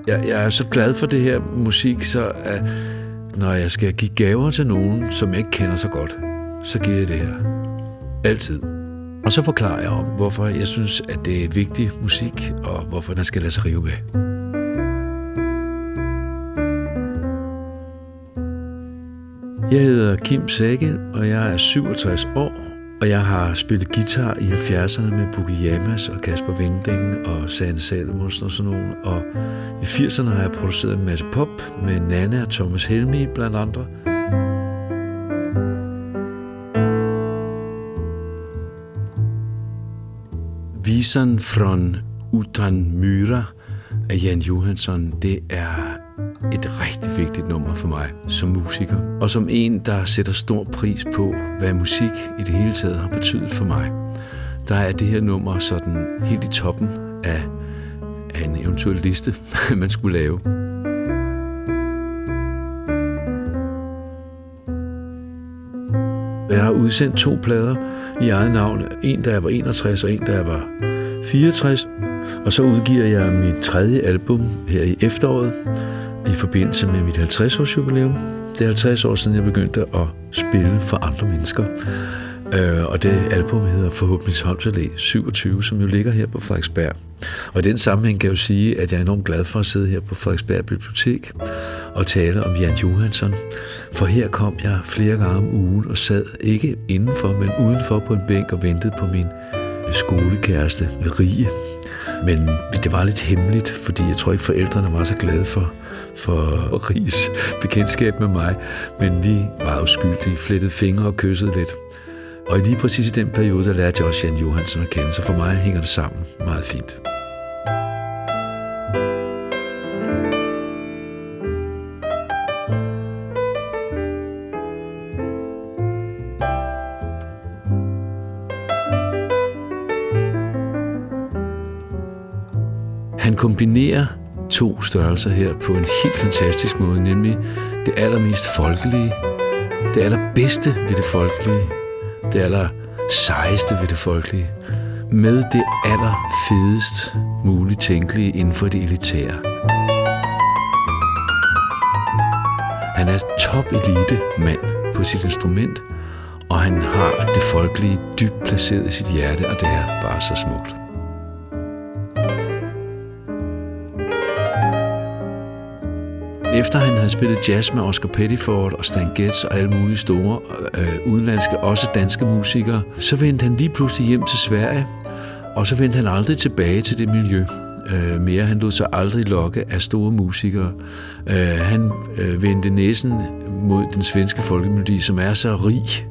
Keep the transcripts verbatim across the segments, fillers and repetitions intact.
Jeg, jeg er så glad for det her musik, så at når jeg skal give gaver til nogen, som jeg ikke kender så godt, så giver jeg det her. Altid. Og så forklarer jeg om, hvorfor jeg synes, at det er vigtig musik, og hvorfor den skal lade sig rive med. Jeg hedder Kim Sagild, og jeg er syvogtres år, og jeg har spillet guitar i halvfjerdserne med Boogie Yamas og Kasper Winding og Sanne Salomonsen og sådan nogen. Og i firserne har jeg produceret en masse pop med Nanna og Thomas Helmig blandt andre. Visan från Utan myra af Jan Johansson, det er et rigtig vigtigt nummer for mig som musiker, og som en, der sætter stor pris på, hvad musik i det hele taget har betydet for mig. Der er det her nummer sådan helt i toppen af, af en eventuel liste, man skulle lave. Jeg har udsendt to plader i eget navn. En, da jeg var enogtres, og en, da jeg var fireogtres. Og så udgiver jeg mit tredje album her i efteråret, i forbindelse med mit halvtreds års jubilæum. Det er halvtreds år siden, jeg begyndte at spille for andre mennesker. Og det album hedder Forhåbningsholms Allé syvogtyve, som jo ligger her på Frederiksberg. Og i den sammenhæng kan jeg jo sige, at jeg er enormt glad for at sidde her på Frederiksberg Bibliotek og tale om Jan Johansson. For her kom jeg flere gange om ugen og sad ikke indenfor, men udenfor på en bænk og ventede på min skolekæreste Rie. Men det var lidt hemmeligt, fordi jeg tror ikke forældrene var så glade for, for Ries bekendtskab med mig. Men vi var uskyldige, flettede fingre og kyssede lidt. Og lige præcis i den periode, der lærte jeg også Jan Johansson at kende, så for mig hænger det sammen meget fint. Han kombinerer to størrelser her på en helt fantastisk måde, nemlig det allermest folkelige, det allerbedste ved det folkelige, det aller sejeste ved det folkelige, med det allerfedest muligt tænkelige inden for det elitære. Han er top elite mand på sit instrument, og han har det folkelige dybt placeret i sit hjerte, og det er bare så smukt. Efter han havde spillet jazz med Oscar Pettiford og Stan Getz og alle mulige store øh, udenlandske, også danske musikere, så vendte han lige pludselig hjem til Sverige, og så vendte han aldrig tilbage til det miljø øh, mere. Han lod sig aldrig lokke af store musikere. Øh, han øh, vendte næsen mod den svenske folkemelodi, som er så rig.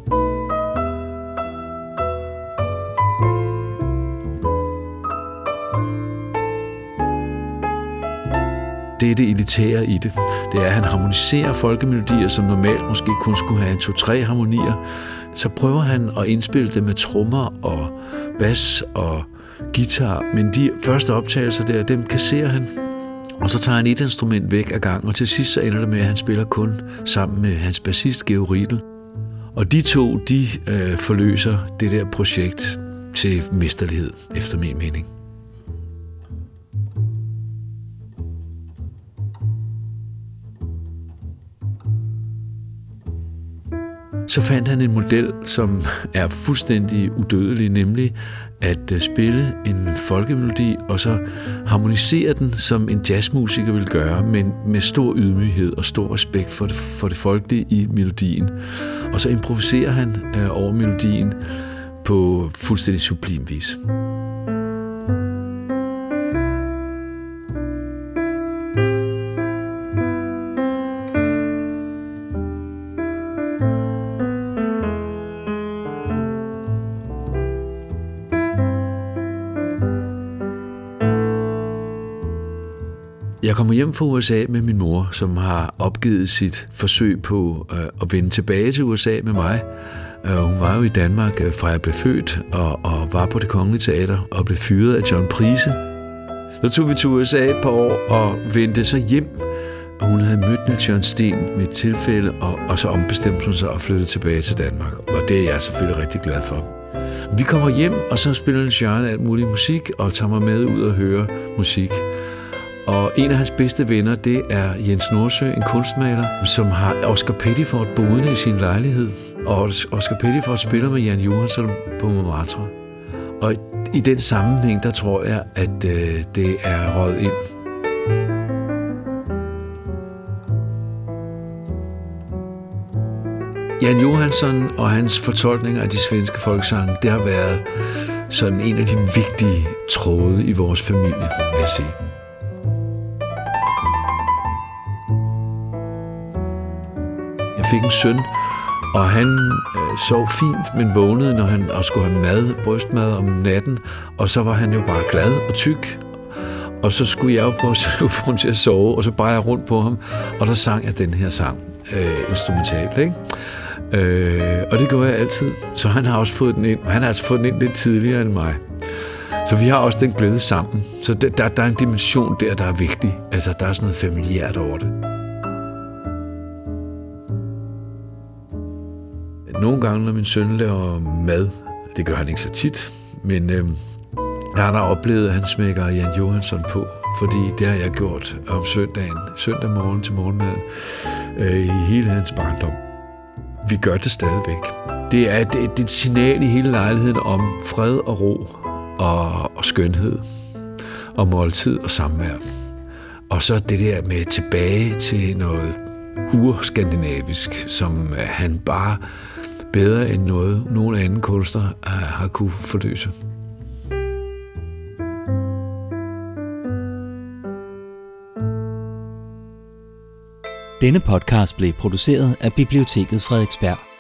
Det er det elitære i det. Det er, at han harmoniserer folkemelodier, som normalt måske kun skulle have en to-tre harmonier. Så prøver han at indspille det med trommer og bas og guitar. Men de første optagelser der, dem kasserer han. Og så tager han et instrument væk ad gang, og til sidst så ender det med, at han spiller kun sammen med hans bassist Georg Riedel. Og de to, de øh, forløser det der projekt til mesterlighed, efter min mening. Så fandt han en model, som er fuldstændig udødelig, nemlig at spille en folkemelodi, og så harmonisere den, som en jazzmusiker vil gøre, men med stor ydmyghed og stor respekt for det, for det folkelige i melodien. Og så improviserer han øh, over melodien på fuldstændig sublim vis. Jeg kommer hjem fra U S A med min mor, som har opgivet sit forsøg på øh, at vende tilbage til U S A med mig. Øh, hun var jo i Danmark, øh, fra jeg blev født, og, og var på Det Kongelige Teater og blev fyret af John Price. Så tog vi til U S A et par år og vendte så hjem. Og hun havde mødt Niels Jørgen Steen med et tilfælde, og, og så ombestemte hun sig og flyttede tilbage til Danmark. Og det er jeg selvfølgelig rigtig glad for. Vi kommer hjem, og så spiller Niels Jørgen alt muligt musik, og tager mig med ud og høre musik. Og en af hans bedste venner, det er Jens Nordsø, en kunstmaler, som har Oscar Pettiford boende i sin lejlighed. Og Oscar Pettiford spiller med Jan Johansson på Montmartre. Og i den sammenhæng, der tror jeg, at øh, det er røget ind. Jan Johansson og hans fortolkninger af de svenske folkesange, det har været sådan en af de vigtige tråde i vores familie, vil jeg sige. Jeg fik en søn, og han øh, sov fint, men vågnede, når han også skulle have mad, brystmad om natten, og så var han jo bare glad og tyk. Og så skulle jeg jo prøve at få ham til at sove, og så bare jeg rundt på ham, og der sang jeg den her sang, øh, instrumentalt, ikke? Øh, og det gjorde jeg altid. Så han har også fået den ind, og han har altså fået den ind lidt tidligere end mig. Så vi har også den glæde sammen. Så der, der, der er en dimension der, der er vigtig. Altså, der er sådan noget familiært over det. Nogle gange, når min søn laver mad, det gør han ikke så tit, men øh, jeg har da oplevet, at han smækker Jan Johansson på, fordi det har jeg gjort om søndagen, søndag morgen til morgenmaden, øh, i hele hans barndom. Vi gør det stadigvæk. Det er, det, det er et signal i hele lejligheden om fred og ro og, og skønhed, og måltid og samvær. Og så det der med tilbage til noget urskandinavisk, som han bare bedre end noget, nogen anden kunstner har kunne forløse. Denne podcast blev produceret af Biblioteket Frederiksberg.